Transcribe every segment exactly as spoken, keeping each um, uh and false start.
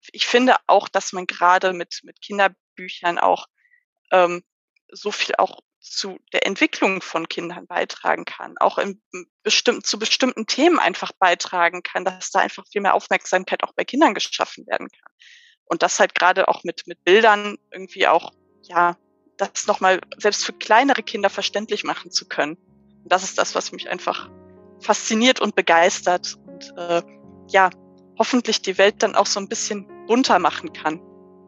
ich finde auch, dass man gerade mit mit Kinderbüchern auch ähm, so viel auch zu der Entwicklung von Kindern beitragen kann, auch in bestimmten zu bestimmten Themen einfach beitragen kann, dass da einfach viel mehr Aufmerksamkeit auch bei Kindern geschaffen werden kann. Und das halt gerade auch mit mit Bildern irgendwie auch, ja, das noch mal selbst für kleinere Kinder verständlich machen zu können. Und das ist das, was mich einfach fasziniert und begeistert und, äh, ja, hoffentlich die Welt dann auch so ein bisschen bunter machen kann.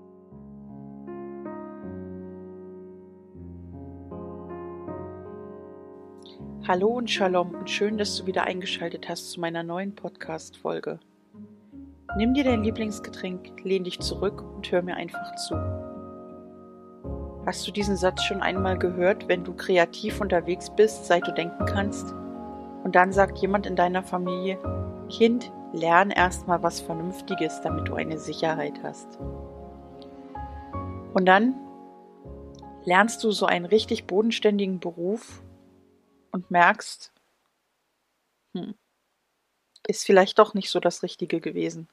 Hallo und Shalom und schön, dass du wieder eingeschaltet hast zu meiner neuen Podcast-Folge. Nimm dir dein Lieblingsgetränk, lehn dich zurück und hör mir einfach zu. Hast du diesen Satz schon einmal gehört, wenn du kreativ unterwegs bist, seit du denken kannst? Und dann sagt jemand in deiner Familie, Kind, lern erstmal was Vernünftiges, damit du eine Sicherheit hast. Und dann lernst du so einen richtig bodenständigen Beruf und merkst, hm, ist vielleicht doch nicht so das Richtige gewesen.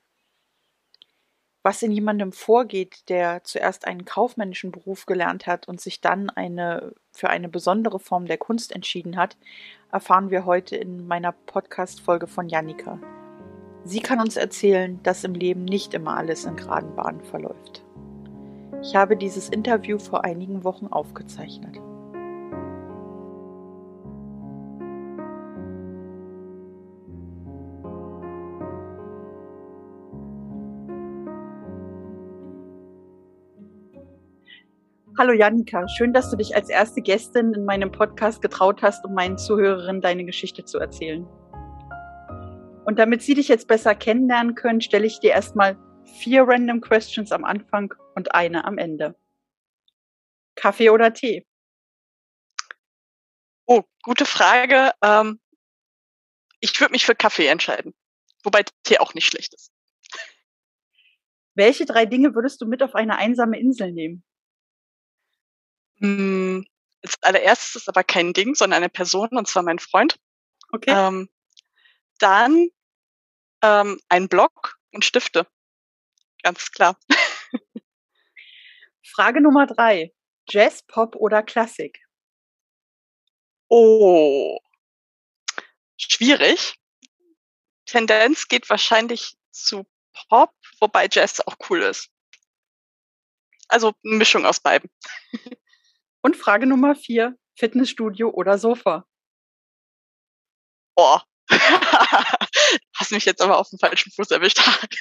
Was in jemandem vorgeht, der zuerst einen kaufmännischen Beruf gelernt hat und sich dann eine, für eine besondere Form der Kunst entschieden hat, erfahren wir heute in meiner Podcast-Folge von Jannika. Sie kann uns erzählen, dass im Leben nicht immer alles in geraden Bahnen verläuft. Ich habe dieses Interview vor einigen Wochen aufgezeichnet. Hallo Jannika, schön, dass du dich als erste Gästin in meinem Podcast getraut hast, um meinen Zuhörerinnen deine Geschichte zu erzählen. Und damit sie dich jetzt besser kennenlernen können, stelle ich dir erstmal vier Random Questions am Anfang und eine am Ende. Kaffee oder Tee? Oh, gute Frage. Ähm, ich würde mich für Kaffee entscheiden, wobei Tee auch nicht schlecht ist. Welche drei Dinge würdest du mit auf eine einsame Insel nehmen? Hm, als allererstes ist aber kein Ding, sondern eine Person, und zwar mein Freund. Okay. Ähm, dann ähm, ein Block und Stifte, ganz klar. Frage Nummer drei. Jazz, Pop oder Klassik? Oh, schwierig. Tendenz geht wahrscheinlich zu Pop, wobei Jazz auch cool ist. Also eine Mischung aus beiden. Und Frage Nummer vier. Fitnessstudio oder Sofa? Oh. Hast mich jetzt aber auf den falschen Fuß erwischt.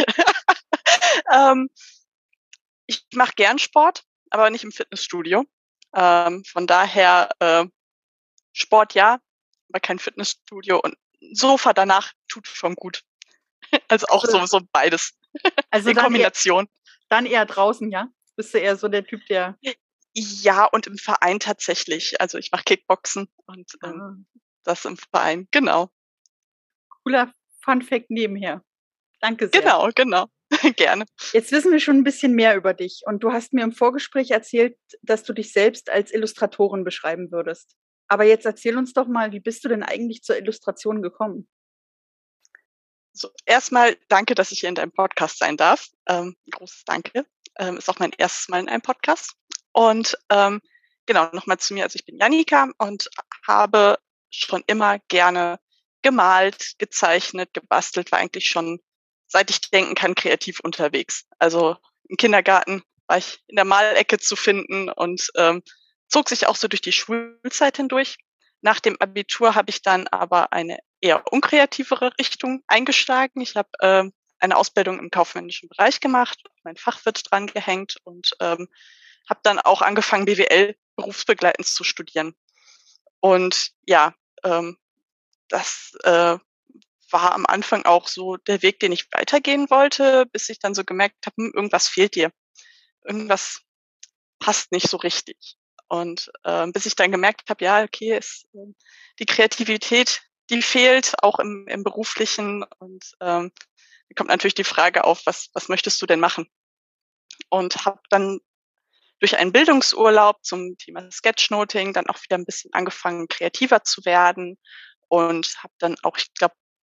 ähm, ich mache gern Sport, aber nicht im Fitnessstudio. Ähm, von daher äh, Sport ja, aber kein Fitnessstudio und Sofa danach tut schon gut. Also auch Also, so, so beides also in dann Kombination. Eher, dann eher draußen, ja? Bist du eher so der Typ, der... Ja, und im Verein tatsächlich. Also ich mache Kickboxen und ähm, Ah, das im Verein, genau. cooler Fun-Fact nebenher. Danke sehr. Genau, genau. Gerne. Jetzt wissen wir schon ein bisschen mehr über dich und du hast mir im Vorgespräch erzählt, dass du dich selbst als Illustratorin beschreiben würdest. Aber jetzt erzähl uns doch mal, wie bist du denn eigentlich zur Illustration gekommen? So, erstmal danke, dass ich hier in deinem Podcast sein darf. Ähm, großes Danke. Ähm, ist auch mein erstes Mal in einem Podcast. Und ähm, genau, nochmal zu mir. Also ich bin Jannika und habe schon immer gerne gemalt, gezeichnet, gebastelt, war eigentlich schon, seit ich denken kann, kreativ unterwegs. Also im Kindergarten war ich in der Malecke zu finden und ähm, zog sich auch so durch die Schulzeit hindurch. Nach dem Abitur habe ich dann aber eine eher unkreativere Richtung eingeschlagen. Ich habe ähm, eine Ausbildung im kaufmännischen Bereich gemacht, mein Fachwirt dran gehängt und ähm, habe dann auch angefangen, B W L berufsbegleitend zu studieren. Und ja, ähm, das äh, war am Anfang auch so der Weg, den ich weitergehen wollte, bis ich dann so gemerkt habe, hm, irgendwas fehlt dir. Irgendwas passt nicht so richtig. Und äh, bis ich dann gemerkt habe, ja, okay, es, äh, die Kreativität, die fehlt auch im, im beruflichen. Und ähm, da kommt natürlich die Frage auf, was, was möchtest du denn machen? Und habe dann durch einen Bildungsurlaub zum Thema Sketchnoting dann auch wieder ein bisschen angefangen, kreativer zu werden und habe dann auch, ich glaube,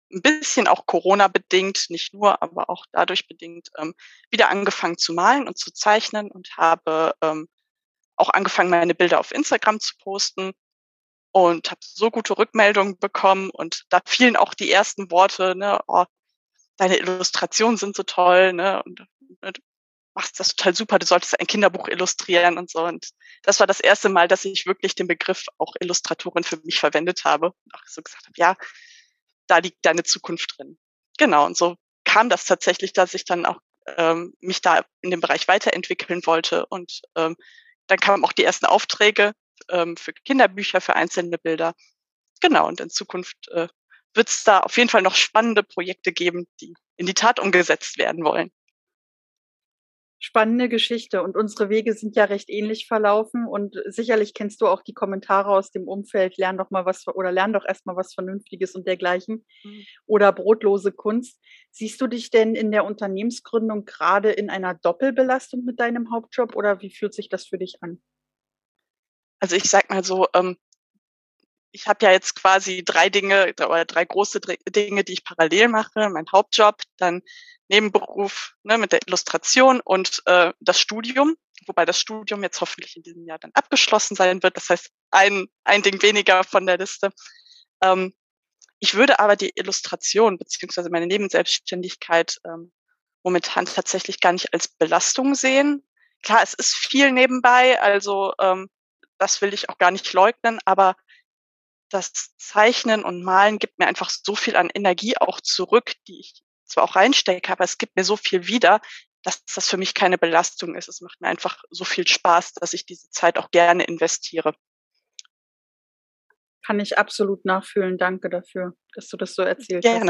ein bisschen auch Corona-bedingt, nicht nur, aber auch dadurch bedingt, ähm, wieder angefangen zu malen und zu zeichnen und habe ähm, auch angefangen, meine Bilder auf Instagram zu posten und habe so gute Rückmeldungen bekommen. Und da fielen auch die ersten Worte, ne, oh, deine Illustrationen sind so toll, ne, und ne, du machst das total super, du solltest ein Kinderbuch illustrieren und so. Und das war das erste Mal, dass ich wirklich den Begriff auch Illustratorin für mich verwendet habe und auch so gesagt habe, ja, da liegt deine Zukunft drin. Genau, und so kam das tatsächlich, dass ich dann auch ähm, mich da in dem Bereich weiterentwickeln wollte. Und ähm, dann kamen auch die ersten Aufträge ähm, für Kinderbücher, für einzelne Bilder. Genau, und in Zukunft äh, wird es da auf jeden Fall noch spannende Projekte geben, die in die Tat umgesetzt werden wollen. Spannende Geschichte und unsere Wege sind ja recht ähnlich verlaufen und sicherlich kennst du auch die Kommentare aus dem Umfeld, lern doch mal was oder lern doch erst mal was Vernünftiges und dergleichen Mhm. oder brotlose Kunst. Siehst du dich denn in der Unternehmensgründung gerade in einer Doppelbelastung mit deinem Hauptjob oder wie fühlt sich das für dich an? Also ich sag mal so, ähm, ich habe ja jetzt quasi drei Dinge oder drei große Dr Dinge, die ich parallel mache. Mein Hauptjob, dann Nebenberuf, ne, mit der Illustration und äh, das Studium, wobei das Studium jetzt hoffentlich in diesem Jahr dann abgeschlossen sein wird. Das heißt, ein ein Ding weniger von der Liste. Ähm, ich würde aber die Illustration beziehungsweise meine Nebenselbstständigkeit ähm, momentan tatsächlich gar nicht als Belastung sehen. Klar, es ist viel nebenbei, also ähm, das will ich auch gar nicht leugnen, aber das Zeichnen und Malen gibt mir einfach so viel an Energie auch zurück, die ich zwar auch reinstecke, aber es gibt mir so viel wieder, dass das für mich keine Belastung ist. Es macht mir einfach so viel Spaß, dass ich diese Zeit auch gerne investiere. Kann ich absolut nachfühlen. Danke dafür, dass du das so erzählt hast. Gerne.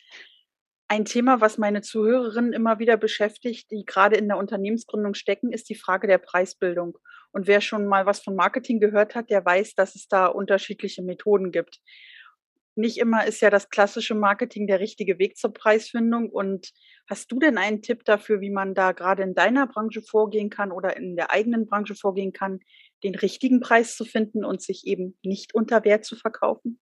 Ein Thema, was meine Zuhörerinnen immer wieder beschäftigt, die gerade in der Unternehmensgründung stecken, ist die Frage der Preisbildung. Und wer schon mal was von Marketing gehört hat, der weiß, dass es da unterschiedliche Methoden gibt. Nicht immer ist ja das klassische Marketing der richtige Weg zur Preisfindung. Und hast du denn einen Tipp dafür, wie man da gerade in deiner Branche vorgehen kann oder in der eigenen Branche vorgehen kann, den richtigen Preis zu finden und sich eben nicht unter Wert zu verkaufen?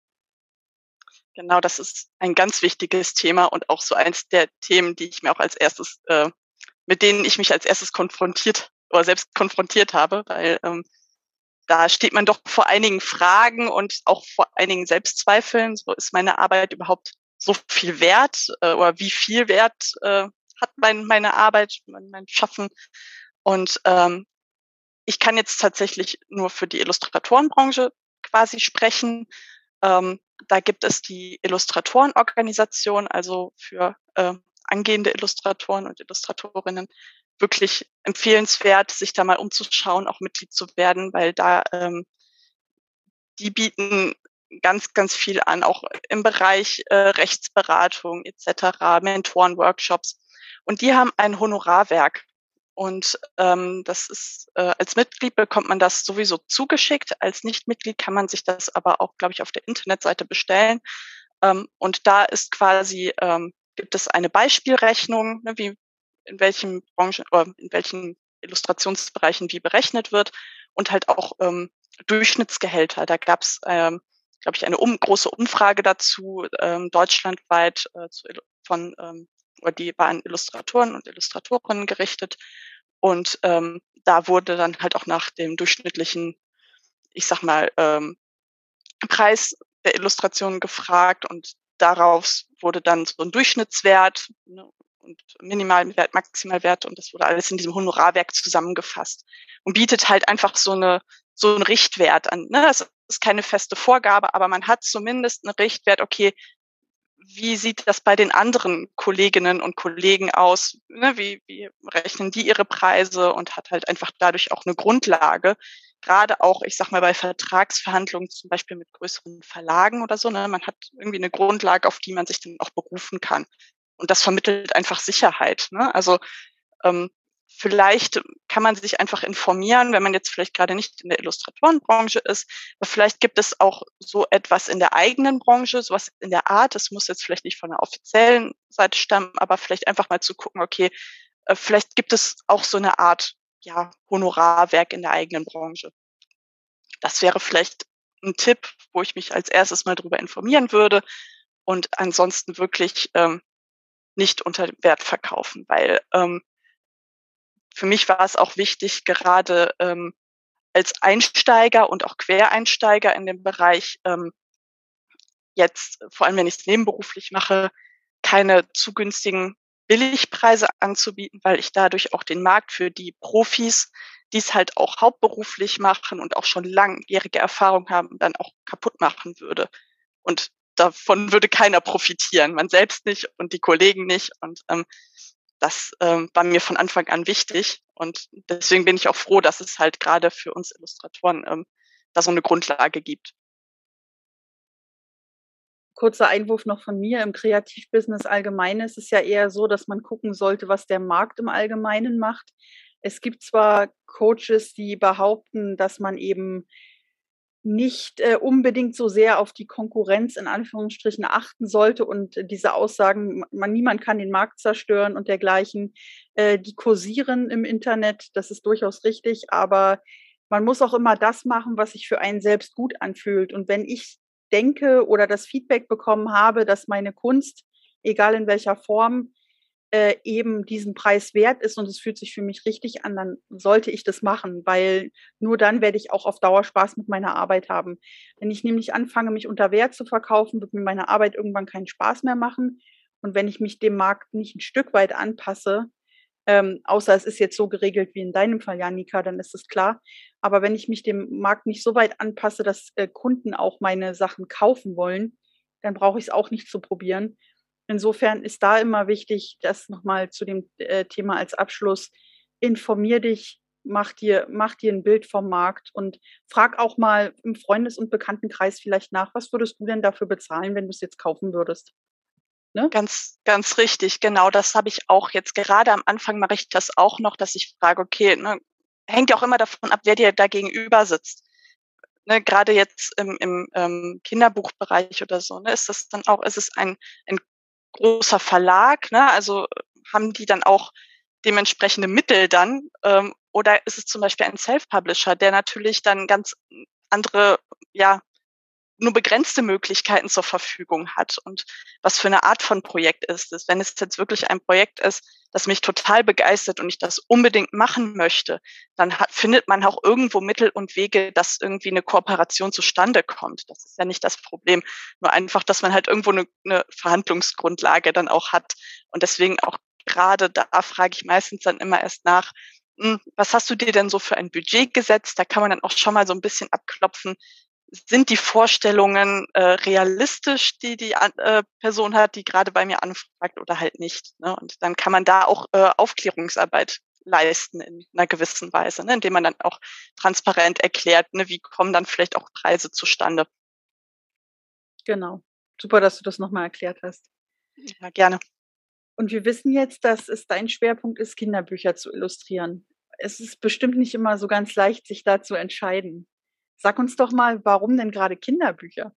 Genau, das ist ein ganz wichtiges Thema und auch so eins der Themen, die ich mir auch als erstes, äh, mit denen ich mich als erstes konfrontiert oder selbst konfrontiert habe, weil ähm, da steht man doch vor einigen Fragen und auch vor einigen Selbstzweifeln. So, ist meine Arbeit überhaupt so viel wert äh, oder wie viel Wert äh, hat mein, meine Arbeit, mein, mein Schaffen? Und ähm, ich kann jetzt tatsächlich nur für die Illustratorenbranche quasi sprechen. Ähm, da gibt es die Illustratorenorganisation, also für äh, angehende Illustratoren und Illustratorinnen wirklich empfehlenswert, sich da mal umzuschauen, auch Mitglied zu werden, weil da ähm, die bieten ganz, ganz viel an, auch im Bereich äh, Rechtsberatung et cetera, Mentorenworkshops. Und die haben ein Honorarwerk. Und ähm, das ist, äh, als Mitglied bekommt man das sowieso zugeschickt. Als Nichtmitglied kann man sich das aber auch, glaube ich, auf der Internetseite bestellen. Ähm, und da ist quasi, ähm, gibt es eine Beispielrechnung, ne, wie in welchen Branchen oder in welchen Illustrationsbereichen wie berechnet wird und halt auch ähm, Durchschnittsgehälter. Da gab es, ähm, glaube ich, eine um, große Umfrage dazu, ähm, deutschlandweit äh, zu, von, ähm, oder die war an Illustratoren und Illustratorinnen gerichtet. Und ähm, da wurde dann halt auch nach dem durchschnittlichen, ich sag mal, ähm, Preis der Illustration gefragt und daraus wurde dann so ein Durchschnittswert, ne, und Minimalwert, Maximalwert und das wurde alles in diesem Honorarwerk zusammengefasst und bietet halt einfach so eine so 'n Richtwert an, ne? Es ist keine feste Vorgabe, aber man hat zumindest 'n Richtwert, okay, wie sieht das bei den anderen Kolleginnen und Kollegen aus, ne? Wie wie rechnen die ihre Preise und hat halt einfach dadurch auch eine Grundlage. Gerade auch, ich sage mal, bei Vertragsverhandlungen, zum Beispiel mit größeren Verlagen oder so, ne? Man hat irgendwie eine Grundlage, auf die man sich dann auch berufen kann. Und das vermittelt einfach Sicherheit, ne? Also, ähm, vielleicht kann man sich einfach informieren, wenn man jetzt vielleicht gerade nicht in der Illustratorenbranche ist. Aber vielleicht gibt es auch so etwas in der eigenen Branche, sowas in der Art. Das muss jetzt vielleicht nicht von der offiziellen Seite stammen, aber vielleicht einfach mal zu gucken, okay, äh, vielleicht gibt es auch so eine Art, ja, Honorarwerk in der eigenen Branche. Das wäre vielleicht ein Tipp, wo ich mich als erstes mal drüber informieren würde. und ansonsten wirklich ähm, nicht unter dem Wert verkaufen, weil ähm, für mich war es auch wichtig, gerade ähm, als Einsteiger und auch Quereinsteiger in dem Bereich ähm, jetzt, vor allem wenn ich es nebenberuflich mache, keine zu günstigen Billigpreise anzubieten, weil ich dadurch auch den Markt für die Profis, die es halt auch hauptberuflich machen und auch schon langjährige Erfahrung haben, dann auch kaputt machen würde. Und davon würde keiner profitieren, man selbst nicht und die Kollegen nicht. Und ähm, das ähm, war mir von Anfang an wichtig. Und deswegen bin ich auch froh, dass es halt gerade für uns Illustratoren ähm, da so eine Grundlage gibt. Kurzer Einwurf noch von mir. Im Kreativbusiness allgemein ist es ja eher so, dass man gucken sollte, was der Markt im Allgemeinen macht. Es gibt zwar Coaches, die behaupten, dass man eben nicht äh, unbedingt so sehr auf die Konkurrenz in Anführungsstrichen achten sollte und äh, diese Aussagen, man, niemand kann den Markt zerstören und dergleichen, äh, die kursieren im Internet. Das ist durchaus richtig, aber man muss auch immer das machen, was sich für einen selbst gut anfühlt. Und wenn ich denke oder das Feedback bekommen habe, dass meine Kunst, egal in welcher Form, äh, eben diesen Preis wert ist und es fühlt sich für mich richtig an, dann sollte ich das machen, weil nur dann werde ich auch auf Dauer Spaß mit meiner Arbeit haben. Wenn ich nämlich anfange, mich unter Wert zu verkaufen, wird mir meine Arbeit irgendwann keinen Spaß mehr machen. Und wenn ich mich dem Markt nicht ein Stück weit anpasse, ähm, außer es ist jetzt so geregelt wie in deinem Fall, Janika, dann ist es klar. Aber wenn ich mich dem Markt nicht so weit anpasse, dass äh, Kunden auch meine Sachen kaufen wollen, dann brauche ich es auch nicht zu probieren. Insofern ist da immer wichtig, das nochmal zu dem äh, Thema als Abschluss, informier dich, mach dir, mach dir ein Bild vom Markt und frag auch mal im Freundes- und Bekanntenkreis vielleicht nach, was würdest du denn dafür bezahlen, wenn du es jetzt kaufen würdest? Ne? Ganz, ganz richtig, genau. Das habe ich auch jetzt gerade am Anfang mache ich das auch noch, dass ich frage, okay, ne, hängt ja auch immer davon ab, wer dir da gegenüber sitzt. Ne, gerade jetzt im, im ähm, Kinderbuchbereich oder so, ne, ist das dann auch, ist es ein, ein großer Verlag, ne? Also haben die dann auch dementsprechende Mittel dann, ähm, oder ist es zum Beispiel ein Self-Publisher, der natürlich dann ganz andere, ja, nur begrenzte Möglichkeiten zur Verfügung hat und was für eine Art von Projekt ist es. Wenn es jetzt wirklich ein Projekt ist, das mich total begeistert und ich das unbedingt machen möchte, dann hat, findet man auch irgendwo Mittel und Wege, dass irgendwie eine Kooperation zustande kommt. Das ist ja nicht das Problem. Nur einfach, dass man halt irgendwo eine, eine Verhandlungsgrundlage dann auch hat. Und deswegen auch gerade da frage ich meistens dann immer erst nach, hm, was hast du dir denn so für ein Budget gesetzt? Da kann man dann auch schon mal so ein bisschen abklopfen, sind die Vorstellungen äh, realistisch, die die äh, Person hat, die gerade bei mir anfragt oder halt nicht. Ne? Und dann kann man da auch äh, Aufklärungsarbeit leisten in einer gewissen Weise, ne? Indem man dann auch transparent erklärt, ne, wie kommen dann vielleicht auch Preise zustande. Genau. Super, dass du das nochmal erklärt hast. Ja, gerne. Und wir wissen jetzt, dass es dein Schwerpunkt ist, Kinderbücher zu illustrieren. Es ist bestimmt nicht immer so ganz leicht, sich da zu entscheiden. Sag uns doch mal, warum denn gerade Kinderbücher?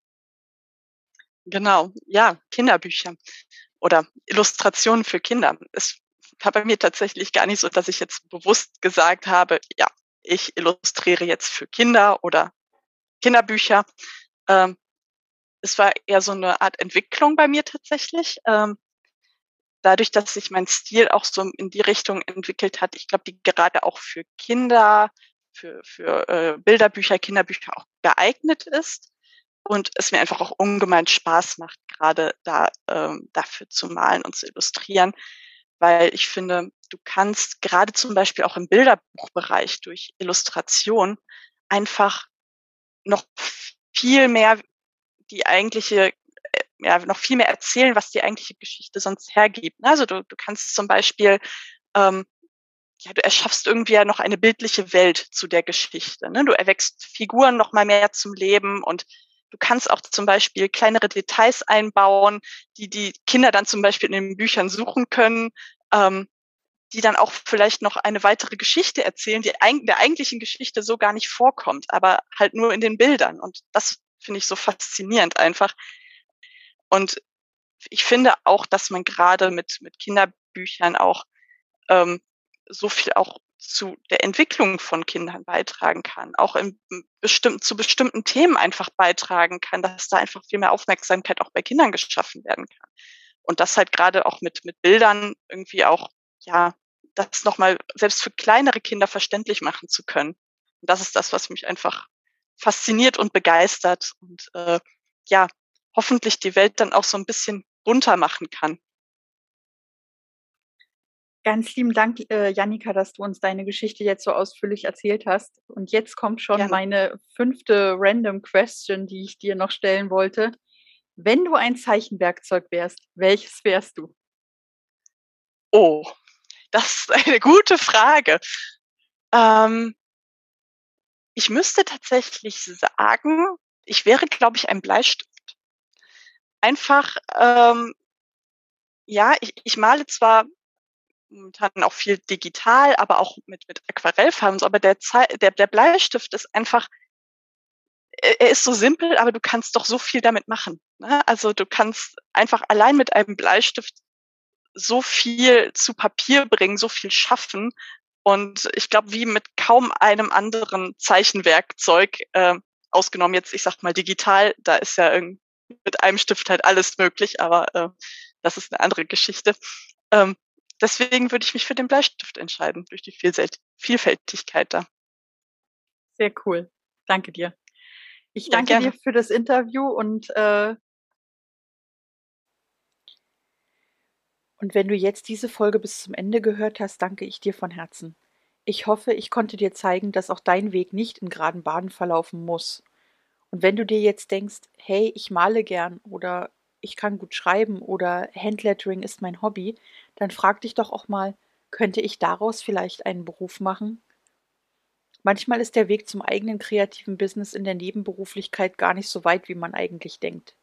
Genau, ja, Kinderbücher oder Illustrationen für Kinder. Es war bei mir tatsächlich gar nicht so, dass ich jetzt bewusst gesagt habe, ja, ich illustriere jetzt für Kinder oder Kinderbücher. Ähm, es war eher so eine Art Entwicklung bei mir tatsächlich. Ähm, dadurch, dass sich mein Stil auch so in die Richtung entwickelt hat, ich glaube, die gerade auch für Kinder, für, für äh, Bilderbücher, Kinderbücher auch geeignet ist. Und es mir einfach auch ungemein Spaß macht, gerade da ähm, dafür zu malen und zu illustrieren, weil ich finde, du kannst gerade zum Beispiel auch im Bilderbuchbereich durch Illustration einfach noch viel mehr die eigentliche, äh, ja, noch viel mehr erzählen, was die eigentliche Geschichte sonst hergibt. Ne? Also du, du kannst zum Beispiel, ähm, ja, du erschaffst irgendwie ja noch eine bildliche Welt zu der Geschichte. Ne? Du erweckst Figuren noch mal mehr zum Leben und du kannst auch zum Beispiel kleinere Details einbauen, die die Kinder dann zum Beispiel in den Büchern suchen können, ähm, die dann auch vielleicht noch eine weitere Geschichte erzählen, die eig- der eigentlichen Geschichte so gar nicht vorkommt, aber halt nur in den Bildern. Und das finde ich so faszinierend einfach. Und ich finde auch, dass man gerade mit, mit Kinderbüchern auch ähm, so viel auch zu der Entwicklung von Kindern beitragen kann, auch in bestimmten, zu bestimmten Themen einfach beitragen kann, dass da einfach viel mehr Aufmerksamkeit auch bei Kindern geschaffen werden kann. Und das halt gerade auch mit, mit Bildern irgendwie auch, ja, das nochmal selbst für kleinere Kinder verständlich machen zu können. Und das ist das, was mich einfach fasziniert und begeistert und äh, ja, hoffentlich die Welt dann auch so ein bisschen bunter machen kann. Ganz lieben Dank, äh, Jannika, dass du uns deine Geschichte jetzt so ausführlich erzählt hast. Und jetzt kommt schon Gerne. meine fünfte Random Question, die ich dir noch stellen wollte. Wenn du ein Zeichenwerkzeug wärst, welches wärst du? Oh, das ist eine gute Frage. Ähm, ich müsste tatsächlich sagen, ich wäre, glaube ich, ein Bleistift. Einfach, ähm, ja, ich, ich male zwar momentan auch viel digital, aber auch mit, mit Aquarellfarben, so, aber der, Zei der, der Bleistift ist einfach, er er ist so simpel, aber du kannst doch so viel damit machen. Ne? Also du kannst einfach allein mit einem Bleistift so viel zu Papier bringen, so viel schaffen. Und ich glaube, wie mit kaum einem anderen Zeichenwerkzeug, äh, ausgenommen jetzt, ich sag mal digital, da ist ja irgend mit einem Stift halt alles möglich, aber äh, das ist eine andere Geschichte. Ähm, deswegen würde ich mich für den Bleistift entscheiden, durch die Vielsalt Vielfältigkeit da. Sehr cool. Danke dir. Ich Ja, danke gerne. dir für das Interview und äh, Und wenn du jetzt diese Folge bis zum Ende gehört hast, danke ich dir von Herzen. Ich hoffe, ich konnte dir zeigen, dass auch dein Weg nicht in geraden Bahnen verlaufen muss. Und wenn du dir jetzt denkst, hey, ich male gern oder ich kann gut schreiben oder Handlettering ist mein Hobby, dann frag dich doch auch mal, könnte ich daraus vielleicht einen Beruf machen? Manchmal ist der Weg zum eigenen kreativen Business in der Nebenberuflichkeit gar nicht so weit, wie man eigentlich denkt.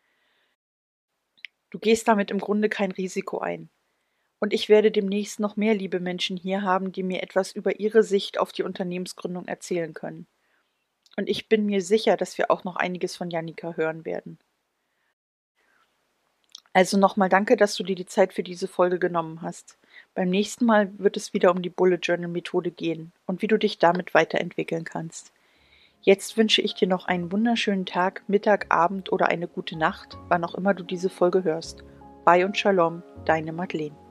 Du gehst damit im Grunde kein Risiko ein. Und ich werde demnächst noch mehr liebe Menschen hier haben, die mir etwas über ihre Sicht auf die Unternehmensgründung erzählen können. Und ich bin mir sicher, dass wir auch noch einiges von Jannika hören werden. Also nochmal danke, dass du dir die Zeit für diese Folge genommen hast. Beim nächsten Mal wird es wieder um die Bullet Journal Methode gehen und wie du dich damit weiterentwickeln kannst. Jetzt wünsche ich dir noch einen wunderschönen Tag, Mittag, Abend oder eine gute Nacht, wann auch immer du diese Folge hörst. Bye und Shalom, deine Madeleine.